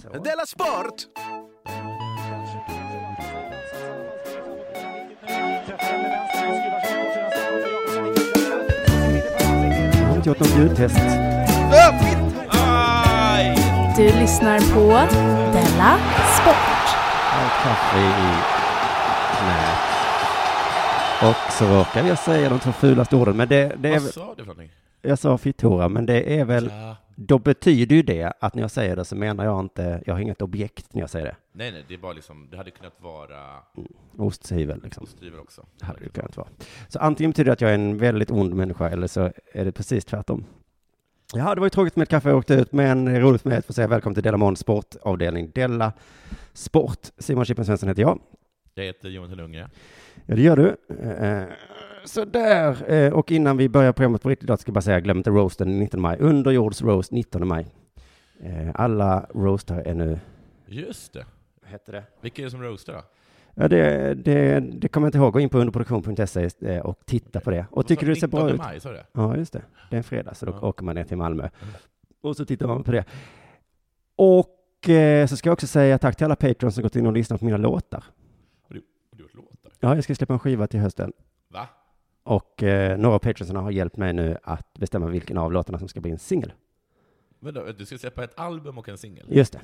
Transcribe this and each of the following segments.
Della Sport! 58 ljudtest. Du lyssnar på Della Sport. Kaffe i knät. Och så råkar jag säga de två fulaste orden. Men det är... Vad sa du för någonting? Jag sa fitthora, men det är väl... Ja. Då betyder ju det att när jag säger det så menar jag inte... Jag har inget objekt när jag säger det. Nej, det är bara liksom... Det hade kunnat vara... Osthyvel liksom. Osthyvel också. Det hade det kunnat vara. Så antingen betyder det att jag är en väldigt ond människa eller så är det precis tvärtom. Ja, det var ju tråkigt med ett kaffe jag åkte ut, men roligt med att få säga välkommen till Della Måns sportavdelning. Della Sport. Simon Chippen Svensson heter jag. Jag heter Jonathan Unge. Ja, det gör du. Så där. Och innan vi börjar programmet på riktigt idag ska jag bara säga glöm inte roasten den 19 maj. Underjords roast 19 maj. Alla roastar är nu... Just det. Vad heter det? Vilka är det som roastar då? Ja, det kommer jag inte ihåg. Gå in på underproduktion.se och titta på det. Och tycker du det ser bra ut? Maj, så det? Ja, just det. Det är en fredag, så då åker man ner till Malmö. Och så tittar man på det. Och så ska jag också säga tack till alla patrons som gått in och lyssnat på mina låtar. Har du gjort låtar? Ja, jag ska släppa en skiva till hösten. Va? Och några av patronsarna har hjälpt mig nu att bestämma vilken av låtarna som ska bli en singel. Men då, du ska släppa ett album och en singel? Just det.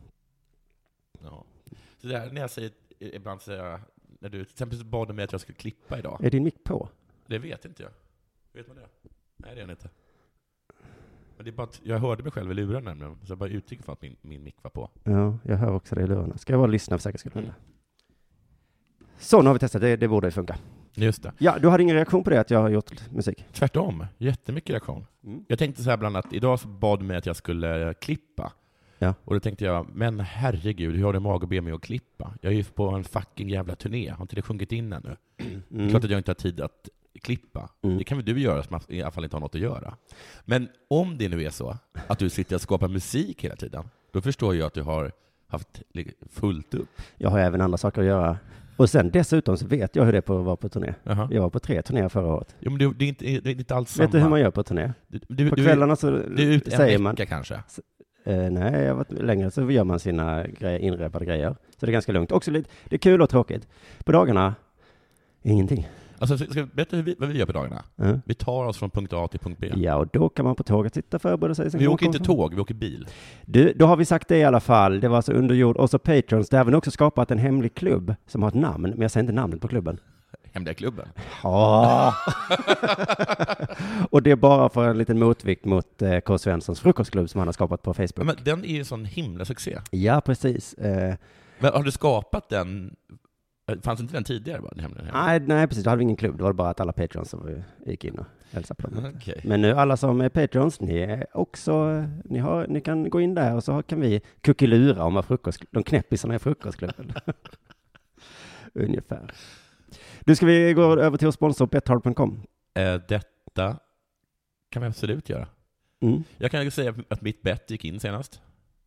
Ja. Så där, när jag säger, ibland säger jag, när du till exempel bad mig att jag skulle klippa idag. Är din mick på? Det vet inte jag. Vet man det? Nej, det är den inte. Men det är bara att jag hörde mig själv i luren nämligen, så jag bara utgick för att min mick var på. Ja, jag hör också det i lurarna. Ska jag bara lyssna för säkerhets skull? Så, nu har vi testat. Det borde ju funka. Just det. Ja, du hade ingen reaktion på det att jag har gjort musik? Tvärtom. Jättemycket reaktion. Jag tänkte så här bland annat, idag så bad mig att jag skulle klippa. Ja. Och då tänkte jag, men herregud, hur har du mag att be mig att klippa? Jag är ju på en fucking jävla turné. Har inte det sjunkit in ännu? Det är klart att jag inte har tid att klippa. Det kan väl du göra som i alla fall inte har något att göra. Men om det nu är så att du sitter och skapar musik hela tiden, då förstår jag att du har haft fullt upp. Jag har även andra saker att göra. Och sen dessutom så vet jag hur det är på att vara på turné. Jaha. Jag var på 3 turnéer förra året. Jo, men det är inte alls samma. Vet du hur man gör på turné? På kvällarna så det är ut en säger vecka man... kanske. Nej, jag har varit längre så gör man sina inrepade grejer. Så det är ganska lugnt. Också lite, det är kul och tråkigt. På dagarna, ingenting. Alltså, ska jag berätta vad vi gör på dagarna? Vi tar oss från punkt A till punkt B. Ja, och då kan man på tåget sitta förbereda sig. Vi åker inte tåg, vi åker bil. Då har vi sagt det i alla fall. Det var alltså underjord. Och så Patrons. Där har vi också skapat en hemlig klubb som har ett namn. Men jag säger inte namnet på klubben. Hemliga klubben? Ja. Och det är bara för en liten motvikt mot K. Svenssons frukostklubb som han har skapat på Facebook. Men den är ju en sån himla succé. Ja, precis. Men har du skapat den? Fanns inte den tidigare? Nej, precis. Då hade vi ingen klubb. Det var bara att alla patrons som gick in och hälsade på dem. Okay. Men nu alla som är patrons, ni är också, ni kan gå in där och så kan vi kuckelura om vad de knäppisarna i frukostklubben. Ungefär. Du, ska vi gå över till att sponsra betthard.com? Detta kan vi absolut göra. Jag kan ju säga att mitt bett gick in senast.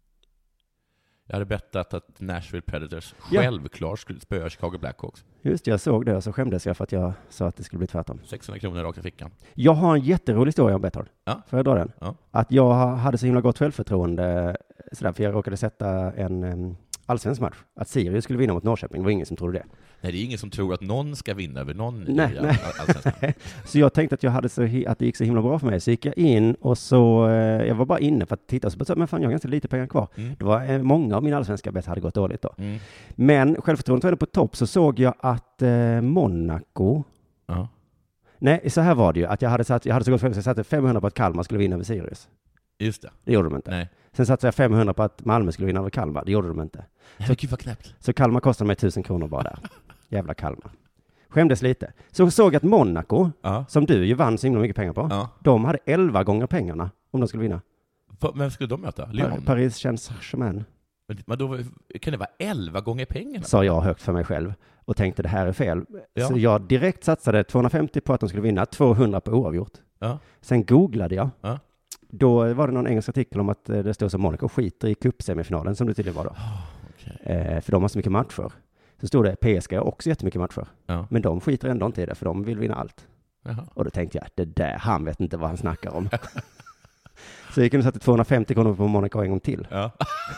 Jag hade bettat att Nashville Predators självklart skulle spöa Chicago Blackhawks. Just det, jag såg det och så skämdes jag för att jag sa att det skulle bli tvärtom. 600 kronor rakt i fickan. Jag har en jätterolig historia om Betthard. Ja. Får jag dra den? Ja. Att jag hade så himla gott självförtroende sådär, för jag råkade sätta en allsvensk match. Att Sirius skulle vinna mot Norrköping. Det var ingen som trodde det. Nej, det är ingen som tror att någon ska vinna över någon. Nej. Så jag tänkte att att det gick så himla bra för mig. Så gick jag in och så, jag var bara inne för att titta och så men fan, jag har ganska lite pengar kvar. Det var många av mina allsvenska bett hade gått dåligt då. Men självförtroendet var ändå på topp, så såg jag att Monaco... Ja. Nej, så här var det ju. Att jag hade så gott självförtroende så jag satte 500 på att Kalmar skulle vinna över Sirius. Just det. Det gjorde de inte. Nej. Sen satte jag 500 på att Malmö skulle vinna över Kalmar. Det gjorde de inte. Så, gud vad knäppt. Så Kalmar kostade mig 1000 kronor bara där. Jävla Kalmar. Skämdes lite. Så såg jag att Monaco, som du ju vann så himla mycket pengar på, de hade 11 gånger pengarna om de skulle vinna. Vem skulle de möta? Lyon? Paris Saint-Germain. Men då kan det vara 11 gånger pengarna? Sa jag högt för mig själv och tänkte det här är fel. Ja. Så jag direkt satsade 250 på att de skulle vinna, 200 på oavgjort. Ja. Sen googlade jag. Ja. Då var det någon engelsk artikel om att det stod som Monaco skiter i cupsemifinalen som det tydligen var då. Okay. För de har så mycket matcher. Så stod det PSG har också jättemycket matcher. Ja. Men de skiter ändå inte i det för de vill vinna allt. Jaha. Och då tänkte jag, det där, han vet inte vad han snackar om. Så jag gick in och satte 250 kronor på Monaco en gång till. Ja.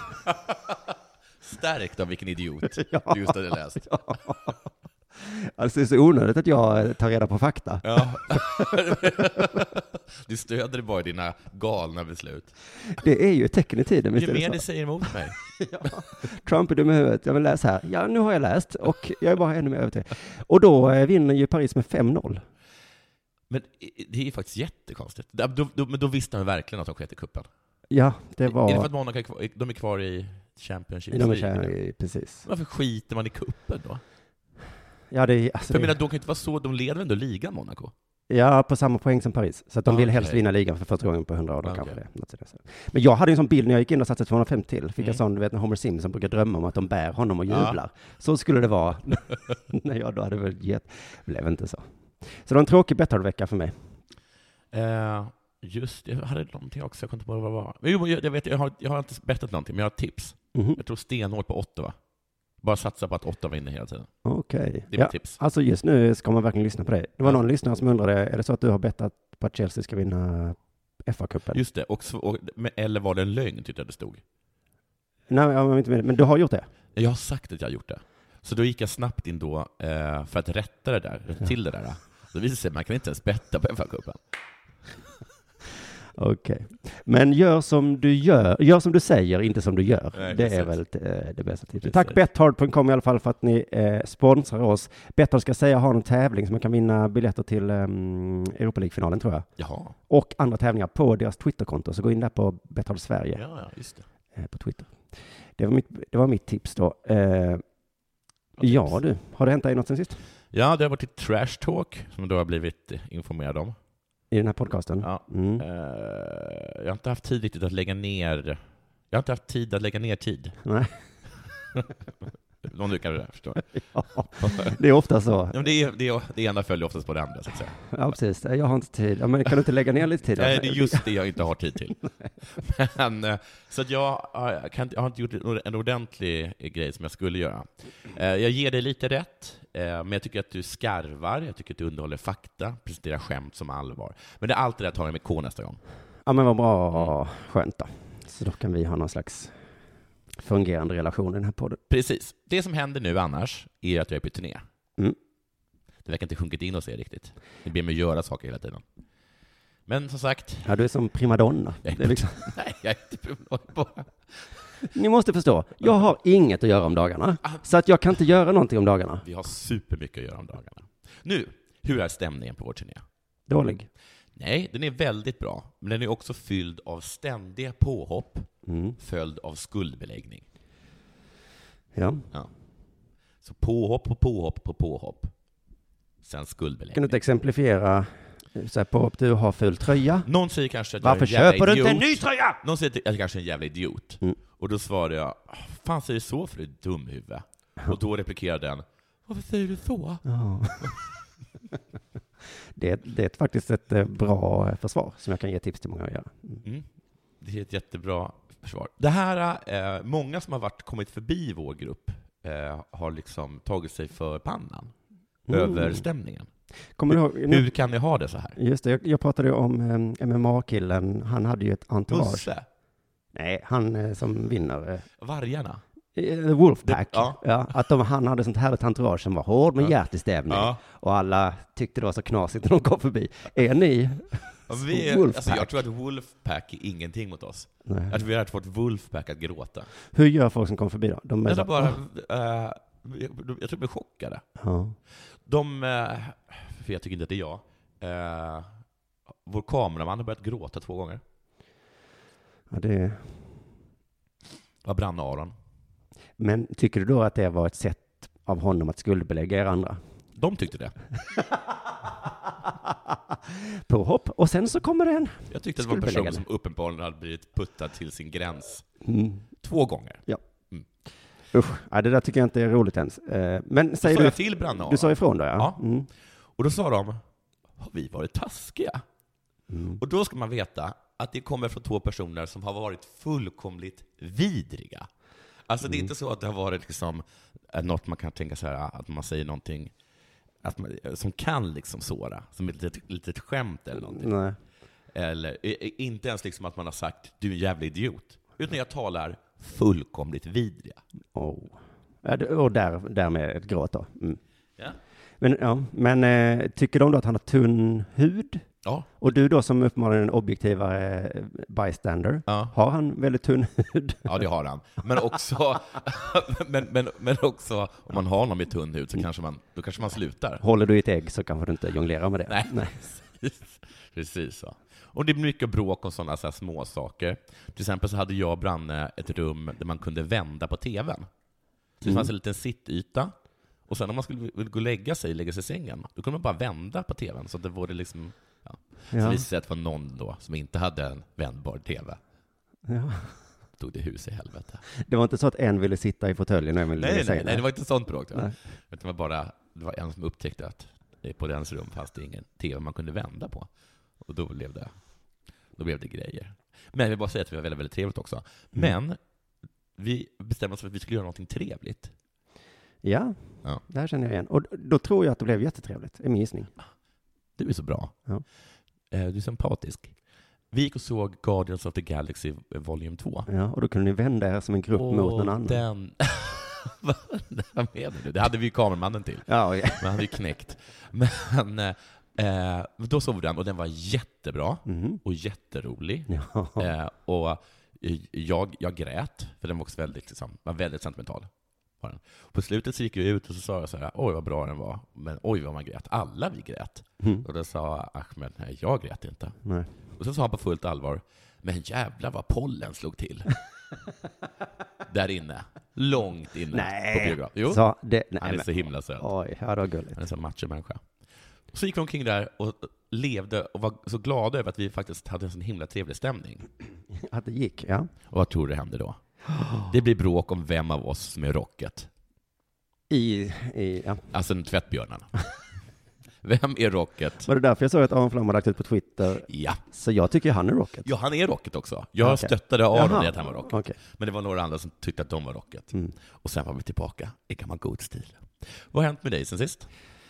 Stärkt av vilken idiot Ja. du just hade läst. Ja. Alltså det är så onödigt att jag tar reda på fakta. Ja. Du stöder bara dina galna beslut. Det är ju ett tecken i tiden. Ju mer det säger emot mig. Ja. Trump är dum i huvudet. Jag vill läsa här. Ja, nu har jag läst och jag är bara ännu mer övertygad. Och då vinner ju Paris med 5-0. Men det är ju faktiskt jättekonstigt. Men då visste man verkligen att de skett i kuppen. Ja, det var... Är det för att Monaco de är kvar i Championship League? Precis. Varför skiter man i kuppen då? Ja, det är... Alltså, för jag menar, de kan inte vara så... De leder ändå ligan, Monaco. Ja, på samma poäng som Paris. Så att de vill helst vinna ligan för första gången på 100 år. Kanske det. Men jag hade en sån bild när jag gick in och satte 250 till. Fick jag sån, du vet, när Homer Simpson brukar drömma om att de bär honom och jublar. Så skulle det vara när jag då hade väl gett. Det blev inte så. Så det var en tråkig betthard-vecka för mig. Just jag hade någonting också. Jag kunde inte bara vad det var. Jo, jag har inte bettat någonting, men jag har ett tips. Jag tror stenhårt på Ottawa. Bara satsa på att Ottawa vinner hela tiden. Okej. Det är mitt tips. Alltså just nu ska man verkligen lyssna på det. Det var någon lyssnare som undrade, är det så att du har bettat på att Chelsea ska vinna FA-cupen? Just det, eller var det en lögn, tyckte jag det stod. Nej, men du har gjort det? Jag har sagt att jag har gjort det. Så då gick jag snabbt in då för att rätta till det där. Så visade sig att man kan inte ens betta på FA-cupen. Okej. Men gör som du säger, inte som du gör. Nej, det är väl det bästa tipset. Tack Betthard.com i alla fall för att ni sponsrar oss. Betthard ska säga har en tävling som man kan vinna biljetter till Europa League-finalen, tror jag. Jaha. Och andra tävlingar på deras Twitterkonto. Så gå in där på Betthard Sverige. Ja, just det. På Twitter. Det var mitt tips då. Ja du, har det hänt dig något sen sist? Ja, det har varit ett trash talk som du har blivit informerad om. I den här podcasten? Ja. Jag har inte haft tid riktigt att lägga ner... Jag har inte haft tid att lägga ner tid. Nej. Om du kan det där, förstår. Ja, det är ofta så. Ja, det ena följer oftast på det andra, så att säga. Ja, precis. Jag har inte tid. Ja, men kan du inte lägga ner lite tid? Nej, det är just det jag inte har tid till. Men, så att jag har inte gjort en ordentlig grej som jag skulle göra. Jag ger dig lite rätt, men jag tycker att du skarvar, jag tycker att du underhåller fakta, presenterar skämt som allvar. Men det är alltid det att ta med K nästa gång. Ja, men vad bra. Skönt då. Så då kan vi ha någon slags fungerande relation i den här podden. Precis. Det som händer nu annars är att jag är på turné. Det verkar inte sjunkit in hos er riktigt. Ni ber mig göra saker hela tiden. Men som sagt... Ja, du är som primadonna. Det är liksom... Nej, jag är inte primadonna. Ni måste förstå, jag har inget att göra om dagarna. Så att jag kan inte göra någonting om dagarna. Vi har supermycket att göra om dagarna. Nu, hur är stämningen på vår turné? Dålig. Nej, den är väldigt bra. Men den är också fylld av ständiga påhopp, följd av skuldbeläggning. Ja. Så påhopp på påhopp på påhopp. Sen skuldbeläggning. Kan du inte exemplifiera så här, påhopp, du har full tröja? Någon säger kanske att varför jag är en köper du idiot. inte en ny tröja? Någon säger att jag kanske är en jävla idiot. Och då svarade jag, fan säger du så för du är dumhuvud? Och då replikerade den, varför säger du så? Ja. Det är faktiskt ett bra försvar som jag kan ge tips till många att göra. Det är ett jättebra försvar. Det här, många som har kommit förbi vår grupp har liksom tagit sig för pannan över stämningen. Kommer du ihåg, hur kan ni ha det så här? Just det, jag pratade ju om MMA-killen. Han hade ju ett entourage. Musse? Nej, han som vinner. Vargarna? Wolfpack. Ja, att han hade sånt här ett entourage som var hård med hjärtestävning. Och alla tyckte det var så knasigt när de kom förbi. Är ni Wolfpack? Alltså jag tror att Wolfpack är ingenting mot oss. Nej. Att vi har fått Wolfpack att gråta. Hur gör folk som kommer förbi då? De är bara, jag tror de är chockade. Ja. För jag tycker inte att det är jag. Vår kameraman har börjat gråta 2 gånger. Ja, det... Vad brann Aron? Men tycker du då att det var ett sätt av honom att skuldbelägga er andra? De tyckte det. Påhopp. Och sen så kommer det en... Jag tyckte det var en person som uppenbarligen hade blivit puttad till sin gräns 2 gånger. Ja. Usch, det där tycker jag inte är roligt ens. Men säger du... till brann du sa ifrån då, ja. Och då sa de, har vi varit taskiga? Och då ska man veta att det kommer från 2 personer som har varit fullkomligt vidriga. Alltså det är inte så att det har varit liksom något man kan tänka så här, att man säger någonting som kan liksom såra, som ett litet skämt eller någonting. Nej. Eller inte ens liksom att man har sagt du är en jävla idiot. Utan jag talar fullkomligt vidriga. Och därmed ett gråt då. Mm. Ja. Men tycker de då att han har tunn hud? Ja. Och du då som uppenbarligen en objektivare bystander, har han väldigt tunn hud? Ja, det har han. Men också, men också om man har någon med tunn hud så kanske man slutar. Håller du i ett ägg så kanske du inte jonglerar med det. Nej. Precis så. Och det blir mycket bråk om sådana så små saker. Till exempel så hade jag och Branne ett rum där man kunde vända på tvn. Så det fanns en liten sittyta. Och sen om man skulle gå och lägga sig i sängen, då kunde man bara vända på tvn. Så att det var det liksom... Ja. Så visade sig att det var någon då som inte hade en vändbar tv. Ja. Tog det hus i helvete. Det var inte så att en ville sitta i fåtöljen och en ville lägga sig? Nej, det var inte sånt bråk. Det var en som upptäckte att på dens rum fanns det ingen tv man kunde vända på. Och då blev det grejer. Men jag vill bara säga att det var väldigt, väldigt trevligt också. Men vi bestämde oss för att vi skulle göra någonting trevligt. Ja, det här känner jag igen. Och då tror jag att det blev jättetrevligt, är min gissning. Du är så bra. Ja. Du är sympatisk. Vi gick och såg Guardians of the Galaxy Volume 2. Ja, och då kunde ni vända er som en grupp mot någon annan. Vad menar du? Det hade vi ju kameramannen till. Ja, okay. Men han hade ju knäckt. Men då såg vi den och den var jättebra och jätterolig. Ja. Och jag grät, för den var också väldigt sentimental. På slutet så gick vi ut och så sa jag så här: oj vad bra den var, men oj vad man grät. Alla vi grät. Och då sa Ahmed: nej, jag grät inte. Nej. Och så sa han på fullt allvar: men jävlar vad pollen slog till. Där inne. Långt inne på biograf. Jo, han är så himla söt. Oj, ja, det var gulligt. Han är så macho-människa. Så gick vi omkring där och levde och var så glada över att vi faktiskt hade en sån himla trevlig stämning. Att det gick, ja. Och vad tror du hände då? Det blir bråk om vem av oss som är Rocket. Ja. Alltså en tvättbjörnarna. Vem är Rocket? Var det därför jag såg att Aron Flam har lagt ut på Twitter? Ja. Så jag tycker han är Rocket. Ja, han är Rocket också. Jag stöttade Aron i att han var Rocket. Okay. Men det var några andra som tyckte att de var Rocket. Och sen var vi tillbaka i gammal god stil. Vad har hänt med dig sen sist?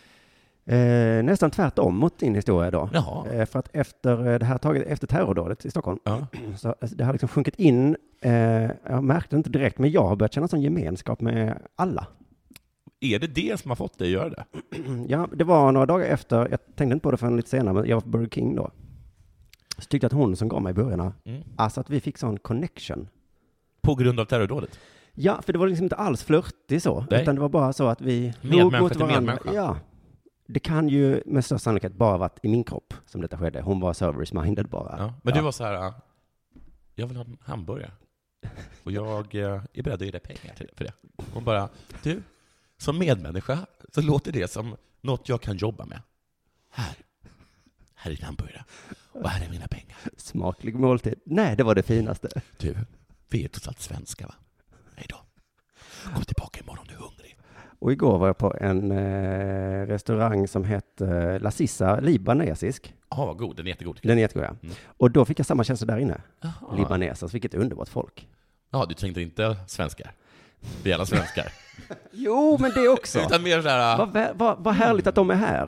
Nästan tvärtom mot din historia då. För att efter terrordådet i Stockholm, så det har liksom sjunkit in, jag märkte inte direkt, men jag har börjat känna sån gemenskap med alla. Är det som har fått dig att göra det? Ja, det var några dagar efter, jag tänkte inte på det förrän lite senare, men jag var på Burger King då. Så tyckte att hon som gav mig börjarna, alltså att vi fick sån connection. På grund av terrordådet? Ja, för det var liksom inte alls flörtigt så, utan det var bara så att vi medmänniska till medmänniska. Ja. Det kan ju med största sannolikhet bara varit i min kropp som detta skedde. Hon var service-minded bara. Ja, men du var så här: jag vill ha en hamburgare. Och jag är beredd att ge dig pengar för det. Hon bara: du, som medmänniska så låter det som något jag kan jobba med. Här är din hamburgare. Och här är mina pengar. Smaklig måltid. Nej, det var det finaste. Du, vi är totalt svenska, va? Hej då. Kom tillbaka imorgon om du är hungrig. Och igår var jag på en restaurang som hette La Sissa, libanesisk. Ja, vad god. Den är jättegod. Den är jättegod, ja. Och då fick jag samma känsla där inne. Libanesers, vilket underbart folk. Ja, du tänkte inte svenskar? Vi är alla svenskar. Jo, men det också. Utan mer så här... Vad härligt att de är här.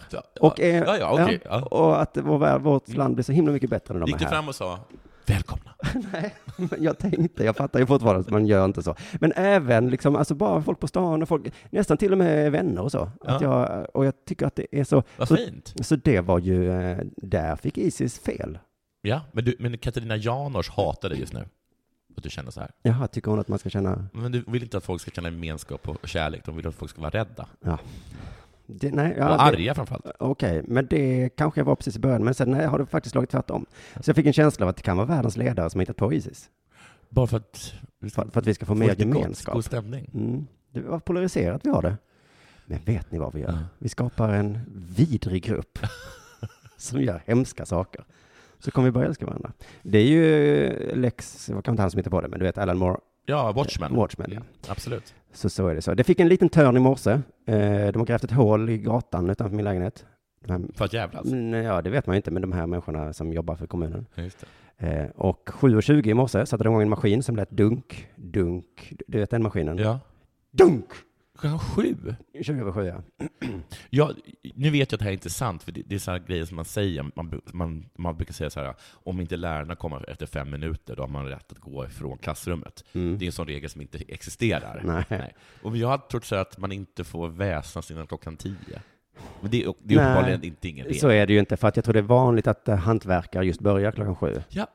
Och att vårt land blir så himla mycket bättre när de är här. Gick du fram och sa: välkomna? Nej, men jag fattar ju fortfarande att man gör inte så. Men även liksom, alltså bara folk på stan och folk, nästan till och med vänner och så. Och jag tycker att det är så... Vad fint. Så det var ju, där fick Isis fel. Ja, men Katarina Janouch hatar dig just nu. Att du känner så här. Jaha, tycker hon att man ska känna... Men du vill inte att folk ska känna gemenskap och kärlek. De vill att folk ska vara rädda. Ja. Och arga framförallt. Okej, men det kanske jag var precis i början. Men sen har det faktiskt slagit tvärtom. Så jag fick en känsla av att det kan vara världens ledare som har hittat på Isis. Bara för att vi ska få mer gemenskap. God stämning. Det var polariserat vi har det. Men vet ni vad vi gör? Vi skapar en vidrig grupp som gör hemska saker. Så kommer vi börja älska varandra. Det är ju Lex, vad kan inte han som hittar på det, men du vet Alan Moore. Ja, Watchmen, ja. Absolut. Så är det så. Det fick en liten törn i morse. De har grävt ett hål i gatan utanför min lägenhet. För att jävlas? Ja, det vet man ju inte, men de här människorna som jobbar för kommunen. Just det. Och 7:20 i morse satte de igång en maskin som lät dunk. Du vet den maskinen? Ja. Dunk! Klockan 7? 20:07, ja. Ja, nu vet jag att det här är inte sant, för det är så här grejer som man säger. Man brukar säga så här, om inte lärarna kommer efter 5 minuter, då har man rätt att gå ifrån klassrummet. Det är en sån regel som inte existerar. Nej. Och jag har trott så att man inte får väsnas innan klockan 10. Men det är uppenbarligen inte ingen regel. Så är det ju inte, för att jag tror det är vanligt att hantverkare just börjar klockan 7. Ja,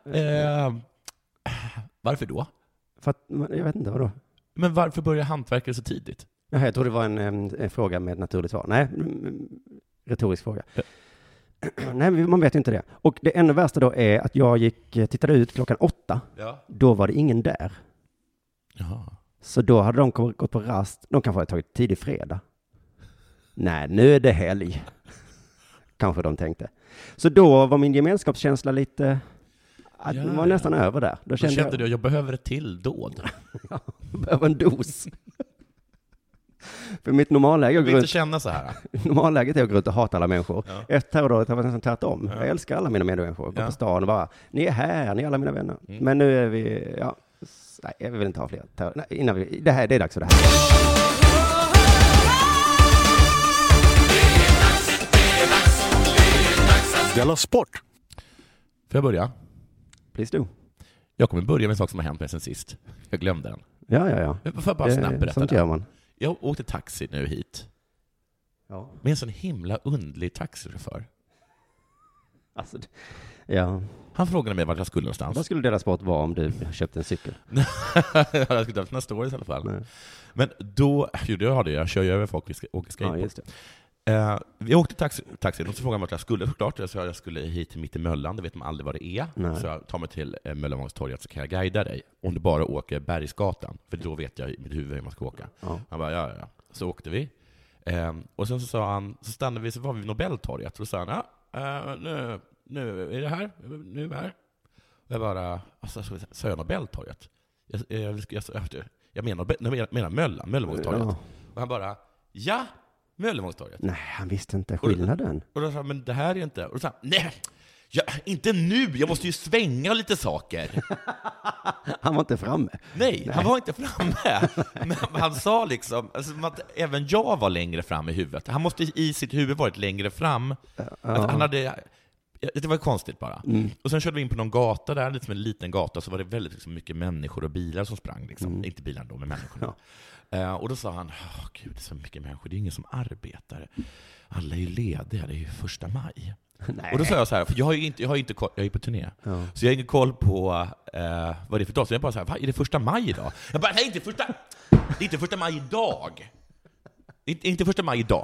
varför då? För att, jag vet inte, vadå? Men varför börjar hantverkare så tidigt? Jag tror det var en fråga med ett naturligt svar. Nej, retorisk fråga. Nej, man vet ju inte det. Och det ännu värsta då är att jag tittade ut klockan 8. Ja. Då var det ingen där. Jaha. Så då hade de gått på rast. De kanske hade tagit tidig fredag. Nej, nu är det helg. Kanske de tänkte. Så då var min gemenskapskänsla lite... Den var nästan över där. Då kände du att jag behöver ett tildåd. Ja, jag behöver en dos. För mitt normalläge är att inte känna så här. Normalläget är att gå runt och hata alla människor. Ja. Efter terrordådet har jag nästan tvärtom. Ja. Jag älskar alla mina medmänniskor. Gå på stan och bara, ni är här, ni är alla mina vänner. Men nu är vi, nej, jag vill inte ha fler terror. Nej, det är dags för det här. Della Sport. Får jag börja? Please do. Jag kommer börja med en sak som har hänt mig sen sist. Jag glömde den. Ja. Jag får bara snabbt berätta sånt gör man. Jag åkte taxi nu hit. Ja. Med en sån himla underlig taxichaufför. Alltså, ja. Han frågade mig vart jag skulle någonstans. Vad skulle Della Sport vara om du köpte en cykel? Jag skulle ta några stories i alla fall. Nej. Men då, jag kör ju över folk, vi ska åka skateboard. Ja, just det. Vi åkte taxi och så frågade man vart jag skulle. Såklart, jag sa jag skulle hit till mitt i Möllan, det vet man aldrig vad det är. Nej. Så jag tar mig till Möllevångstorget så kan jag guida dig. Om du bara åker Bergsgatan, för då vet jag i mitt huvud hur man ska åka. Ja. Han bara, ja. Så åkte vi. Och sen så sa han, så stannade vi, så var vi vid Nobeltorget. Och så sa han, nu är det här, nu är det här. Och jag bara, alltså, så sa jag Nobeltorget? Jag menar Möllevångstorget. Ja. Och han bara, ja, Möllevångstorget. Nej, han visste inte skillnaden. Och då sa han, men det här är inte... Och då sa han, nej, inte nu, jag måste ju svänga lite saker. Han var inte framme. Nej, han var inte framme. Men han sa liksom, att även jag var längre fram i huvudet. Han måste i sitt huvud varit längre fram. Att han hade... Det var konstigt bara. Och sen körde vi in på någon gata där, lite som en liten gata, så var det väldigt liksom, mycket människor och bilar som sprang. Liksom. Inte bilar då, men människorna. Ja. Och då sa han, gud, det är så mycket människor, det är ingen som arbetar. Alla är ju lediga, det är ju 1 maj. Nej. Och då sa jag så här, för jag är på turné. Ja. Så jag har ingen koll på vad det är för dag. Så jag bara så här, är det 1 maj idag? Jag bara, nej, det är inte 1 maj idag. Inte 1 maj idag.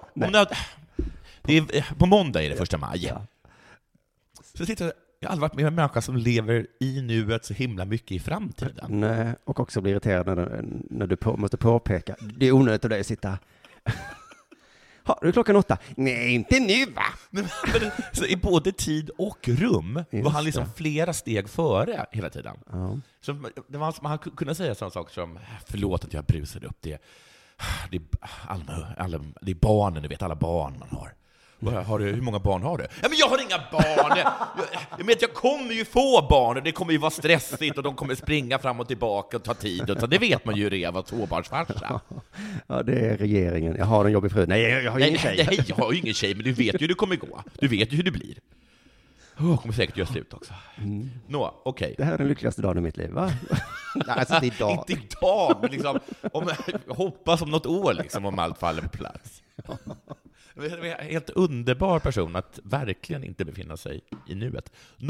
På måndag är det 1 maj. Ja. Så jag har aldrig varit med en människa som lever i nuet så himla mycket i framtiden. Nej, och också blir irriterad när du måste påpeka. Det är onödigt av dig att sitta... det är klockan 8. Nej, inte nu, va? Men, så i både tid och rum var han liksom flera steg före hela tiden. Ja. Så det var, man kunde säga sådana saker som, förlåt att jag brusade upp det. Det är barnen, du vet, alla barn man har. Hur många barn har du? Ja, men jag har inga barn. Jag kommer ju få barn och det kommer ju vara stressigt och de kommer springa fram och tillbaka och ta tid. Så det vet man ju redan, vad tvåbarnsfarsa. Ja, det är regeringen. Jag har en jobbig fru. Nej, jag har ingen tjej. Nej, jag har ingen tjej, men du vet ju hur det kommer gå. Du vet ju hur det blir. Kommer säkert göra slut också. Okej. Det här är den lyckligaste dagen i mitt liv, va? Nej, alltså inte idag. Inte idag, men liksom, hoppas om något år liksom, om allt faller på plats. Det är en helt underbar person att verkligen inte befinna sig i nuet.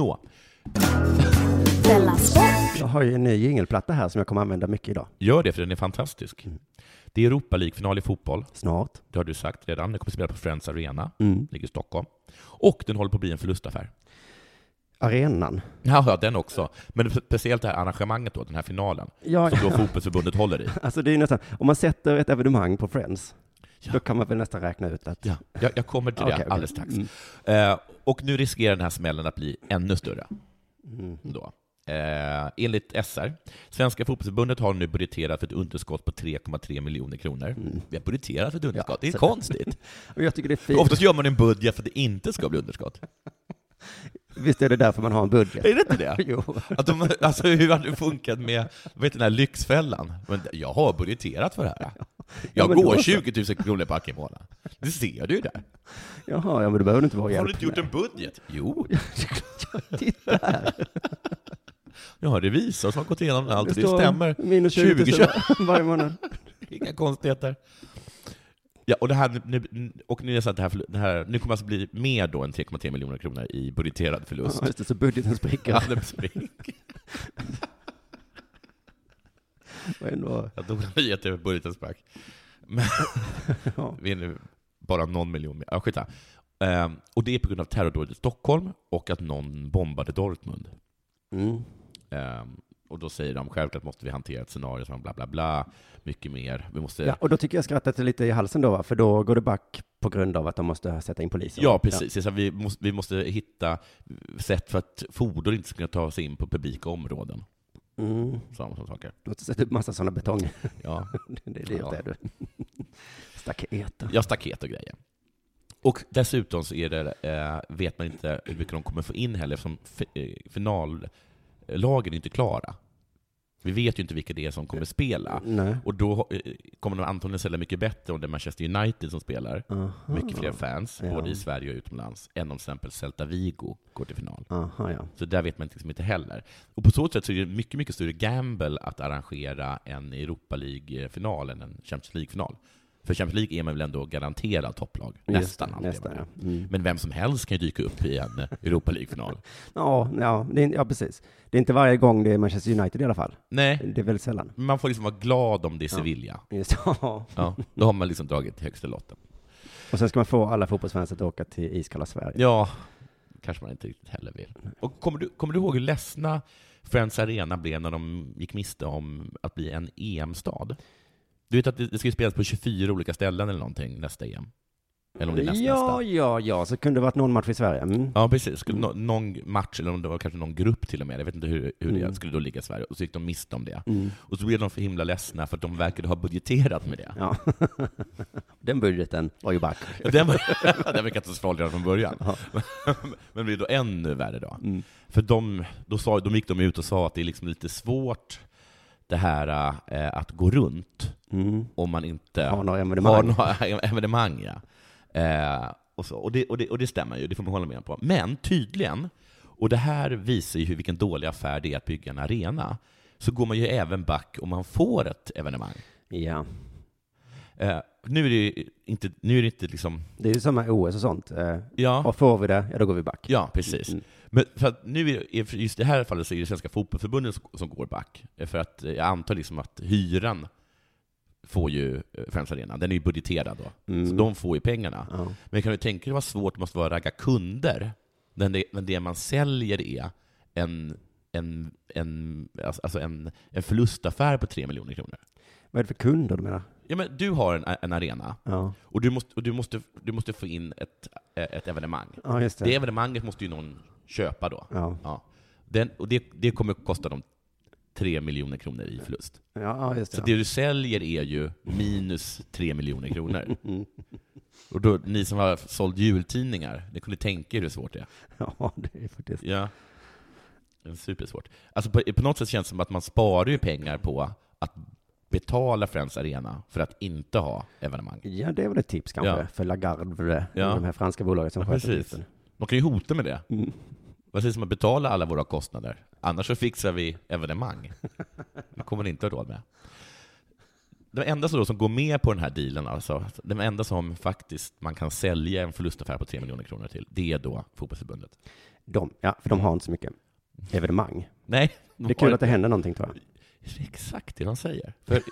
Jag har ju en ny jingelplatta här som jag kommer använda mycket idag. Gör det, för den är fantastisk. Det är Europa League-final i fotboll. Snart. Det har du sagt redan. Den kommer spela på Friends Arena. Ligger i Stockholm. Och den håller på att bli en förlustaffär. Arenan. Ja, den också. Men speciellt det här arrangemanget då, den här finalen. Som då fotbollsförbundet håller i. Alltså det är nästan, om man sätter ett evenemang på Friends, då kan man väl nästan räkna ut att... Ja, jag kommer till det alldeles strax. Och nu riskerar den här smällen att bli ännu större. Då. Enligt SR, Svenska fotbollsförbundet har nu budgeterat för ett underskott på 3,3 miljoner kronor. Vi har budgeterat för ett underskott. Det är konstigt. Jag tycker det är fint. Oftast gör man en budget för att det inte ska bli underskott. Visst är det därför man har en budget? Är det inte det? Jo. Alltså hur har det funkat med den här Lyxfällan? Men jag har budgeterat för det här. Jag går 20 000 kronor på i månaden. Det ser du ju där. Jaha, ja, men du behöver inte vara hjälp. Har du inte gjort en budget? Jo. Titta här. Jag har revisor som har gått igenom allt. Det stämmer. Minus 20 000 varje månad. Inga konstigheter. Ja, och det här, och nu är det så att det här nu kommer alltså bli mer då än 3,3 miljoner kronor i budgeterad förlust. Ja, just det, så budgeten spricker. Ja, den spricker. Jag tror att det budgeten sprack. Men vi är nu bara någon miljon mer. Ja, skita. Och det är på grund av terrordådet i Stockholm och att någon bombade Dortmund. Och då säger de självklart måste vi hantera ett scenario som bla bla bla, mycket mer. Vi måste... Ja, och då tycker jag skrattat lite i halsen då, va? För då går det back på grund av att de måste sätta in poliser. Ja, precis. Ja. Så vi måste hitta sätt för att fordon inte ska kunna ta sig in på publika områden. Sådana saker. Du måste sätta upp massa sådana betong. Ja. det är du. Staket. Ja, staket och grejer. Och dessutom så är det, vet man inte hur mycket de kommer få in heller, eftersom finallagen är inte klara. Vi vet ju inte vilka det är som kommer spela. Nej. Och då kommer de antagligen sälja mycket bättre om det är Manchester United som spelar. Mycket fler fans, både i Sverige och utomlands, än om till exempel Celta Vigo går till final. Så där vet man liksom inte heller. Och på så sätt så är det mycket, mycket större gamble att arrangera en Europa League-final än en Champions League-final. För Champions League är man väl ändå garanterad topplag. Nästan alltid. Men vem som helst kan ju dyka upp i en Europa League-final. Ja, precis. Det är inte varje gång det är Manchester United i alla fall. Nej. Det är väldigt sällan. Man får liksom vara glad om det är Sevilla. Ja, då har man liksom dragit högsta lotten. Och sen ska man få alla fotbollsfans att åka till iskalla Sverige. Ja, kanske man inte riktigt heller vill. Och kommer du ihåg hur ledsna Friends Arena blev när de gick miste om att bli en EM-stad? Du vet att det ska spelas på 24 olika ställen eller någonting nästa EM? Eller om det är nästa. Så kunde det varit någon match i Sverige. Ja, precis. Någon match, eller om det var kanske någon grupp till och med. Jag vet inte hur det skulle då ligga i Sverige. Och så gick de miste om det. Och så blev de för himla ledsna för att de verkade ha budgeterat med det. Ja. Den budgeten var ju back. Den var katastrofal redan från början. Men det blev då ännu värre då. För de gick de ut och sa att det är liksom lite svårt det här att gå runt om man inte har några evenemang. Och det stämmer ju, det får man hålla med på. Men tydligen, och det här visar ju vilken dålig affär det är att bygga en arena, så går man ju även back om man får ett evenemang. Ja. Nu är det inte liksom... Det är ju samma OS och sånt. Ja. Och får vi det, då går vi back. Ja, precis. Men för att nu är just det här fallet så är det Svenska fotbollförbundet som går back. För att jag antar liksom att hyran får ju Friends Arena. Den är ju budgeterad då. Så de får ju pengarna. Ja. Men kan du tänka dig vad svårt det måste vara att ragga kunder när det man säljer är en förlustaffär på 3 miljoner kronor. Vad är det för kunder du menar? Ja, men du har en arena och du måste få in ett evenemang. Ja, just det. Det evenemanget måste ju någon köpa då. Ja. Och det kommer att kosta dem 3 miljoner kronor i förlust. Ja, just det. Så det du säljer är ju minus 3 miljoner kronor. Och då, ni som har sålt jultidningar, det kunde tänka er hur svårt det är. Ja, det är faktiskt. Ja, det är supersvårt. Alltså på något sätt känns det som att man sparar ju pengar på att betala Friends Arena för att inte ha evenemang. Ja, det är väl ett tips kanske för Lagarde, de här franska bolagen som sköter driften. De kan ju hota med det. Vad sägs om att betala alla våra kostnader? Annars så fixar vi evenemang. Det kommer man inte ha råd med. De enda som går med på den här dealen, alltså, de enda som faktiskt man kan sälja en förlustaffär på 3 miljoner kronor till, det är då fotbollsförbundet. För de har inte så mycket evenemang. Nej. Det är kul att det händer någonting, tror jag. Exakt det de säger.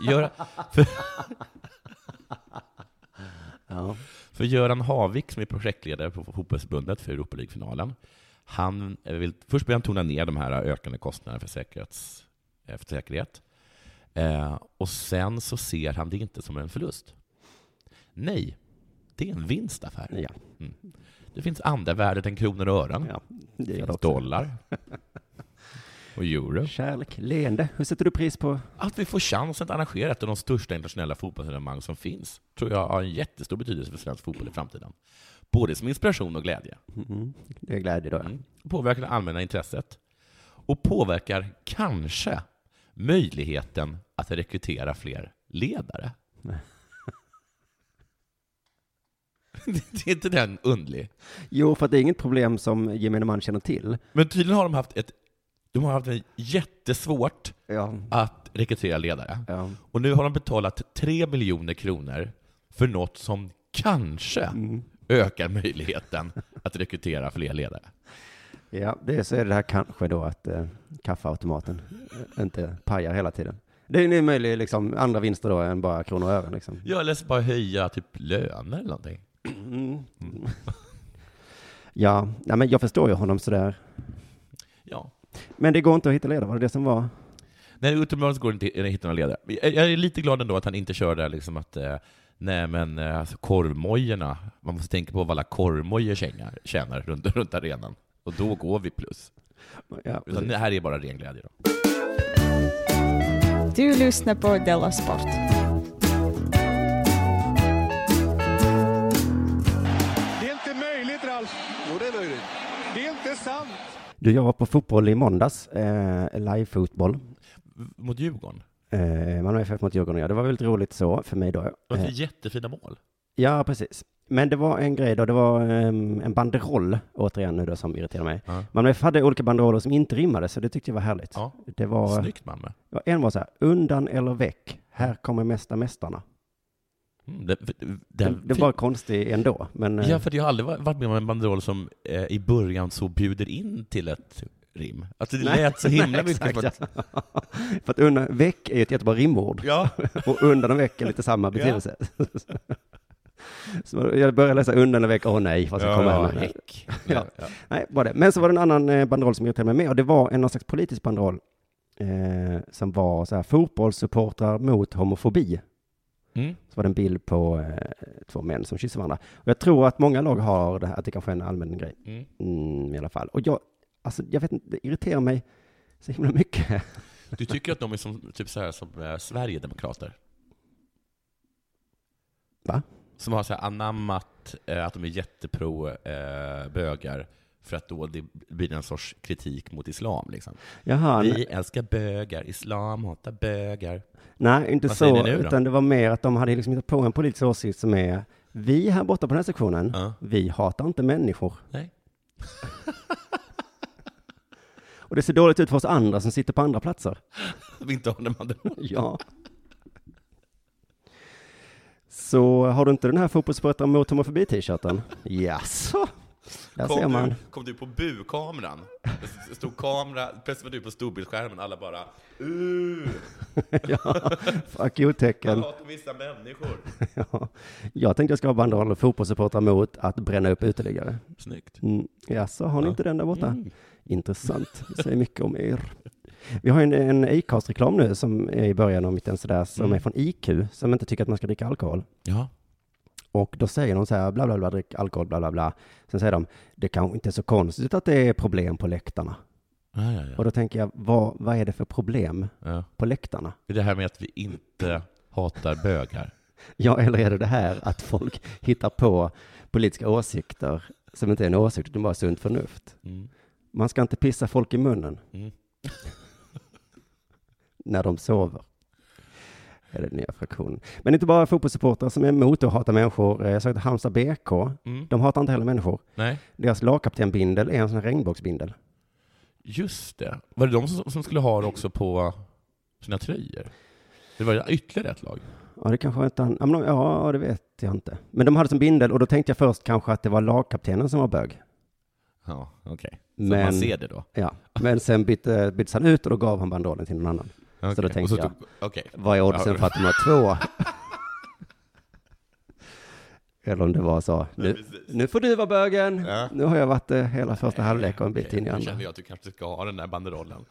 För Göran Havik, som är projektledare på fotbollsförbundet för Europa League-finalen, först börjar han tona ner de här ökande kostnaderna för säkerhet. Och sen så ser han det inte som en förlust. Nej, det är en vinstaffär. Ja. Det finns andra värden än kronor och ören. Ja, det finns dollar. Och euro. Kärlek, leende. Hur sätter du pris på? Att vi får chansen att arrangera ett av de största internationella fotbollsevenemang som finns tror jag har en jättestor betydelse för svensk fotboll i framtiden. Både som inspiration och glädje. Det är glädje då. Påverkar det allmänna intresset. Och påverkar kanske möjligheten att rekrytera fler ledare. Det är inte den underlig. Jo, för att det är inget problem som gemene man känner till. Men tydligen har de har haft en jättesvårt Ja. att rekrytera ledare. Ja. Och nu har de betalat 3 miljoner kronor för något som kanske ökar möjligheten att rekrytera fler ledare. Ja, så är det här kanske då att kaffeautomaten inte pajar hela tiden. Det är möjligt liksom andra vinster då än bara kronor och ören liksom. Ja, eller bara höja typ löner eller någonting. Ja, nej, men jag förstår ju honom sådär. Ja. Men det går inte att hitta ledare, var det som var? Nej, uppenbarligen går det inte att hitta några ledare. Jag är lite glad ändå att han inte kör där liksom att alltså korvmojorna, man måste tänka på vad alla korvmojor tjänar runt arenan. Och då går vi plus. Ja, utan det här är bara ren glädje då. Du lyssnar på Della Sport. Det är inte möjligt, Ralf. Jo, det är möjligt. Det är inte sant. Jag var på fotboll i måndags, live-fotboll. Mot Djurgården? Malmö FF mot Djurgården, ja. Det var väldigt roligt så för mig då. Det var jättefina mål. Ja, precis. Men det var en grej då, det var en banderoll återigen nu då som irriterade mig. Malmö FF hade olika banderoller som inte rimmade, så det tyckte jag var härligt. Ja. Det var, snyggt Malmö. Ja, en var så här, undan eller väck, här kommer mästarna. Det var konstigt ändå. Men, ja, för jag har aldrig varit med om en banderoll som i början så bjuder in till ett rim. Alltså det lät så himla mycket. För att undan väck är ett jättebra rimord. Ja. Och undan och väck är lite samma betydelse. Ja. Så jag började läsa undan och väck, nej, vad ska komma här. Ja. Nej, bara det. Men så var det en annan banderoll som jag irriterade mig med, och det var någon slags politisk banderoll som var så här, fotbollssupportrar mot homofobi. Så var det en bild på 2 män som kysser varandra. Och jag tror att många lag har det här, att det kanske är en allmän grej. I alla fall. Och jag vet inte, det irriterar mig så himla mycket. Du tycker att de är som, typ så här, som Sverigedemokrater? Va? Som har så här anammat att de är jättepro bögar för att då det blir en sorts kritik mot islam liksom. Jaha, vi älskar bögar, islam hatar bögar. Nej, inte så, utan det var mer att de hade liksom hittat på en politisk åsikt som är, vi här borta på den här sektionen, vi hatar inte människor. Nej. Och det ser dåligt ut för oss andra som sitter på andra platser. Vi inte har den andra. Ja. Så har du inte den här fotbollssportaren mot homofobi-t-shirten? Jaså? Där ser man. Kom du på bukameran? Stod kamera, plötsligt var du på storbildsskärmen, alla bara Ja, fuck you-tecken. Man hatar vissa människor. Ja. Jag tänkte jag ska ha banderoll och fotbollssupportrar mot att bränna upp uteliggare. Snyggt. Jaså, har ni inte den där borta? Intressant, det säger mycket om er. Vi har en Acast-reklam nu som är i början av mitten sådär, som är från IQ, som inte tycker att man ska dricka alkohol. Ja. Och då säger de så här, bla bla bla, drick alkohol, bla bla bla. Sen säger de, det kanske inte är så konstigt att det är problem på läktarna. Ja. Och då tänker jag, vad är det för problem på läktarna? Är det här med att vi inte hatar bögar? Ja, eller är det här att folk hittar på politiska åsikter som inte är en åsikt, utan bara sunt förnuft? Man ska inte pissa folk i munnen när de sover. Är det nya fraktionen. Men inte bara fotbollssupportrar som är emot att hata människor. Jag sa att Halmstad BK, de hatar inte heller människor. Nej. Deras lagkaptenbindel är en sån här regnbågsbindel. Just det. Var det de som skulle ha det också på sina tröjor? Det var ytterligare ett lag. Ja, det kanske inte ja, det vet jag inte. Men de hade som bindel, och då tänkte jag först kanske att det var lagkaptenen som var bög. Ja, okej. Så man ser det då? Ja, men sen byttes han ut och då gav han banderollen till någon annan. Okay. Så då tänkte jag, okay. Vad är oddsen för att de har 2? Eller om det var så, nu får du vara bögen. Ja. Nu har jag varit hela första halvlek och en bit in i andra. Nu känner jag att du kanske ska ha den där banderollen.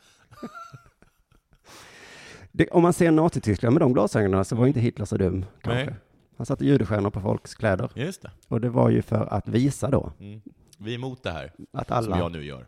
Om man ser Nazityskland med de glasögonen så var inte Hitler så dum. Kanske. Nej. Han satte judestjärnor på folks kläder. Just det. Och det var ju för att visa då. Vi är emot det här, att alla... som jag nu gör.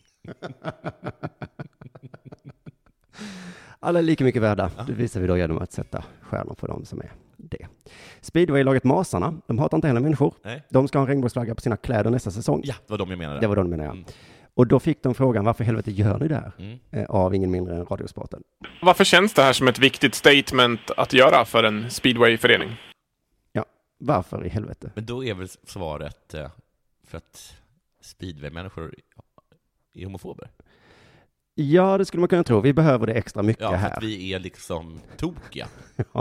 Alla är lika mycket värda. Det visar vi då genom att sätta stjärnor på dem som är det. Speedway-laget Masarna, de hatar inte heller människor. Nej. De ska ha en regnbågsflagga på sina kläder nästa säsong. Ja, det var de jag menade. Det var de menade, ja. Och då fick de frågan, varför helvete gör ni det här? Av ingen mindre än Radiosporten. Varför känns det här som ett viktigt statement att göra för en speedwayförening? Ja, Varför i helvete? Men då är väl svaret för att speedway-människor är homofober? Ja, det skulle man kunna tro. Vi behöver det extra mycket Ja, för här. att vi är liksom tokiga. Ja,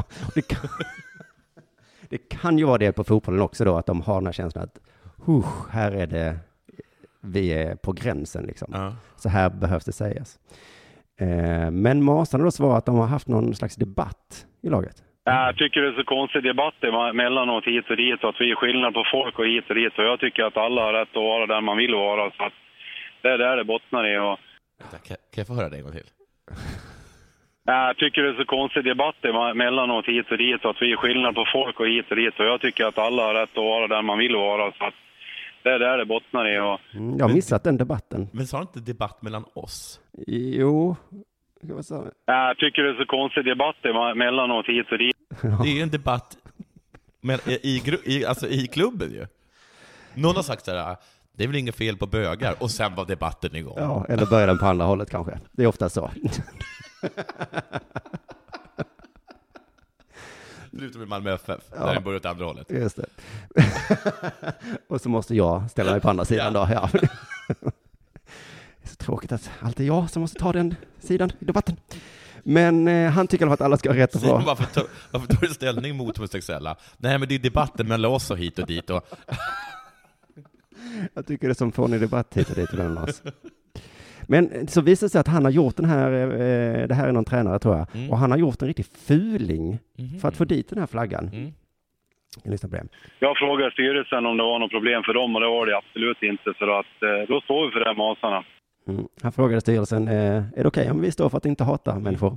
det kan ju vara det på fotbollen också då, att de har den här känslan att här är det, vi är på gränsen liksom. Ja. Så här behövs det sägas. Men Masarna då svarar att de har haft någon slags debatt i laget. Jag tycker det är så konstig debatt mellanåt hit och dit, och att vi är skillnad på folk och hit och dit. Och jag tycker att alla har rätt att vara där man vill vara. Så att det är där det bottnar i. Och... Kan jag få höra det en gång till? Jag tycker det är så konstig debatt mellanåt hit och dit, och att vi är skillnad på folk och hit och dit. Och jag tycker att alla har rätt att vara där man vill vara. Så att det är där det bottnar i. Och... Jag har missat den debatten. Men sa inte debatt mellan oss? Jo. Jag tycker det är så konstig debatt mellanåt hit och dit. Det är ju en debatt i klubben ju. Någon har sagt så här: det är väl inget fel på bögar, och sen var debatten igång. Ja, eller börjar den på andra hållet kanske. Det är ofta så. Förutom i Malmö FF, där den börjar åt andra hållet. Just det. Och så måste jag ställa mig på andra sidan då. Ja. Det är så tråkigt att allt är jag som måste ta den sidan i debatten. Men han tycker att alla ska ha rätt att vara... Varför tar du ställning mot homosexuella? Nej, men det är debatten mellan oss och hit och dit. Och... Jag tycker det är som fånig debatt hit och dit mellan oss. Men så visar det sig att han har gjort den här, det här är någon tränare tror jag, och han har gjort en riktig fuling för att få dit den här flaggan. Jag lyssnar på det. Jag frågade styrelsen om det var något problem för dem, och det var det absolut inte. Så att då står vi för det här Masarna. Han frågade styrelsen, är det okej om vi står för att inte hata människor?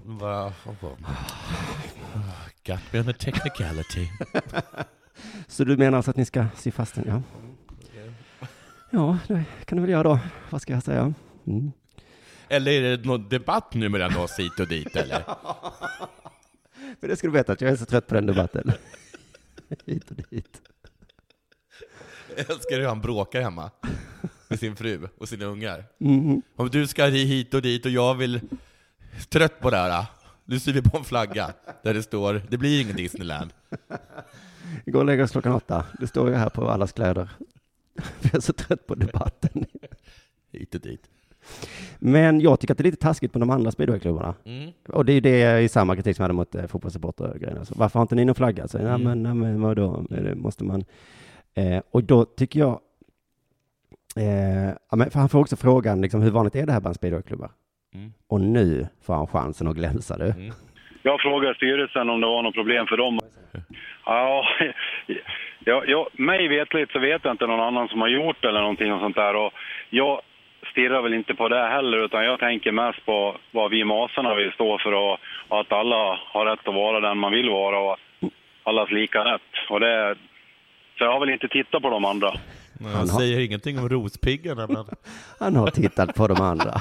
Got me on a technicality. Så du menar alltså att ni ska sy fast den? Ja. Ja, det kan du väl göra då. Vad ska jag säga? Eller är det någon debatt nu mellan oss hit och dit, eller? För det ska du veta att jag är så trött på den debatten. Hit och dit. Jag älskar hur han bråkar hemma med sin fru och sina ungar. Mm. Om du ska hit och dit och jag vill... Trött på det här. Nu syr vi på en flagga där det står: det blir ingen Disneyland. Igår lägger oss 8:00. Det står ju här på allas kläder. Jag är så trött på debatten. Hit och dit. Men jag tycker att det är lite taskigt på de andra speedwayklubbarna. Och det är det i samma kritik som jag hade mot fotbollssupporter och grejer. Alltså, varför har inte ni någon flagga? Så, nej, men vadå? Det måste man... och då tycker jag... för han får också frågan, liksom, hur vanligt är det här bland speedwayklubbar? Och nu får han chansen att glänsa det. Jag frågade styrelsen om det var något problem för dem. Ja, mig vetligt så vet jag inte någon annan som har gjort eller någonting och sånt där. Och jag stirrar väl inte på det heller, utan jag tänker mest på vad vi Masarna vill stå för, och att alla har rätt att vara den man vill vara, och allas lika rätt. Och det, så jag har väl inte tittat på de andra. Han säger ingenting om rospiggarna, men... Han har tittat på de andra.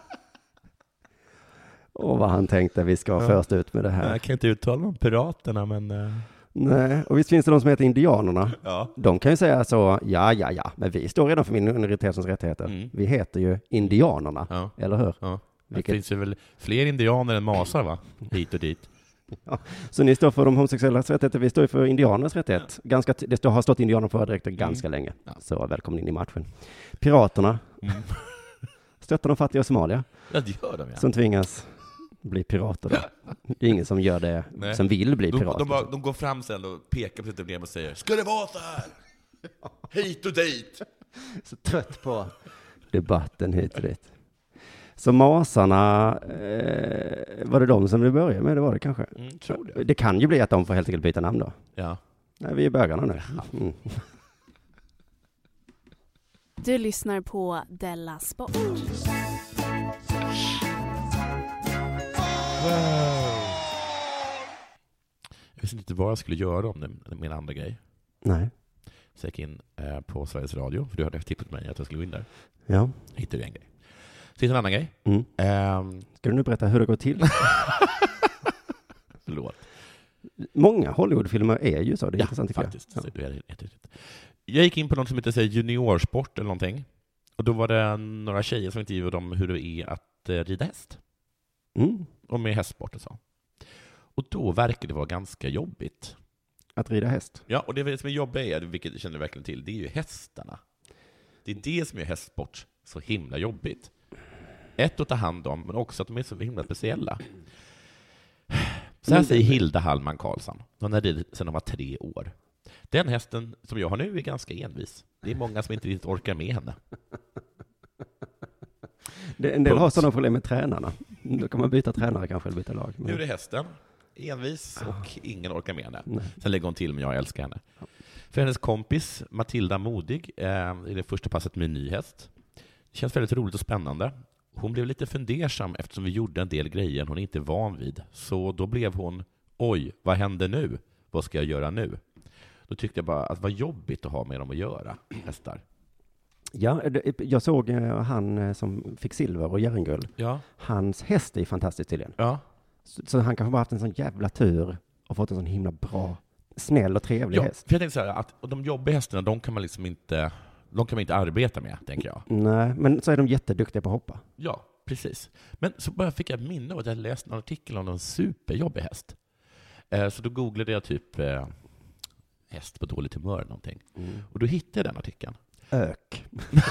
Och vad han tänkte vi ska först ut med det här. Jag kan inte uttala mig om piraterna, men... Nej, och visst finns det de som heter indianerna. Ja. De kan ju säga så, ja, men vi står redan för minoritetens rättigheter. Vi heter ju indianerna, eller hur? Ja. Det finns ju väl fler indianer än masar, va? Hit och dit. Ja. Så ni står för de homosexuellas rättigheter, vi står för indianernas rättighet. Det har stått indianer på direkten ganska länge. Ja. Så välkommen in i matchen. Piraterna stöttar de fattiga i Somalia. Ja, det gör de, ja. Som tvingas bli pirater då. Det är ingen som gör det. Nej. Som vill bli pirater. De går fram sen och pekar på sitt problem och säger: ska det vara så här? Hit och dit. Så trött på debatten hit och dit. Så Masarna, var det de som det började med? Det var det kanske. Tror det. Det kan ju bli att de får helt enkelt byta namn då. Ja. Nej, vi är bögarna nu. Du lyssnar på Della Sport. Jag visste inte vad jag skulle göra om min andra grej. Nej. Så jag gick in på Sveriges Radio, för du hade tippat mig att jag skulle gå in där. Ja. Hittade en grej. Så hittade en annan grej. Ska du nu berätta hur det går till? Förlåt. Många Hollywoodfilmer är ju så, det är intressant faktiskt. Ja. Det är jag gick in på något som heter juniorsport eller någonting. Och då var det några tjejer som intervjuade om hur det är att rida häst. Och med hästsport och så. Och då verkar det vara ganska jobbigt. Att rida häst? Ja, och det som är jobbigt, vilket jag känner verkligen till, det är ju hästarna. Det är det som gör hästsport så himla jobbigt. Ett att ta hand om, men också att de är så himla speciella. Så här säger Hilda Hallman Karlsson. Hon har ridit sedan hon var 3 år. Den hästen som jag har nu är ganska envis. Det är många som inte riktigt orkar med henne. En del har sådana problem med tränarna. Då kan man byta tränare kanske, eller byta lag. Men... Nu är det hästen. Envis och ingen orkar med henne. Nej. Sen lägger hon till, men jag älskar henne. Ja. För hennes kompis Matilda Modig är det första passet med en ny häst. Det känns väldigt roligt och spännande. Hon blev lite fundersam eftersom vi gjorde en del grejer hon inte är van vid. Så då blev hon, oj, vad händer nu? Vad ska jag göra nu? Då tyckte jag bara att det var jobbigt att ha med dem att göra, hästar. Ja, jag såg han som fick silver och järnguld. Ja. Hans häst är fantastisk tydligen. Ja. Så han kanske bara haft en sån jävla tur och fått en sån himla bra, snäll och trevlig häst. För jag tänkte så här, att de jobbiga hästarna, de kan man liksom inte... De kan man inte arbeta med, tänker jag. Nej, men så är de jätteduktiga på att hoppa. Ja, precis. Men så bara fick jag minne av att jag läste en artikel om en superjobbig häst. Så då googlade jag typ häst på dåligt humör eller någonting. Och då hittade jag den artikeln. Ök.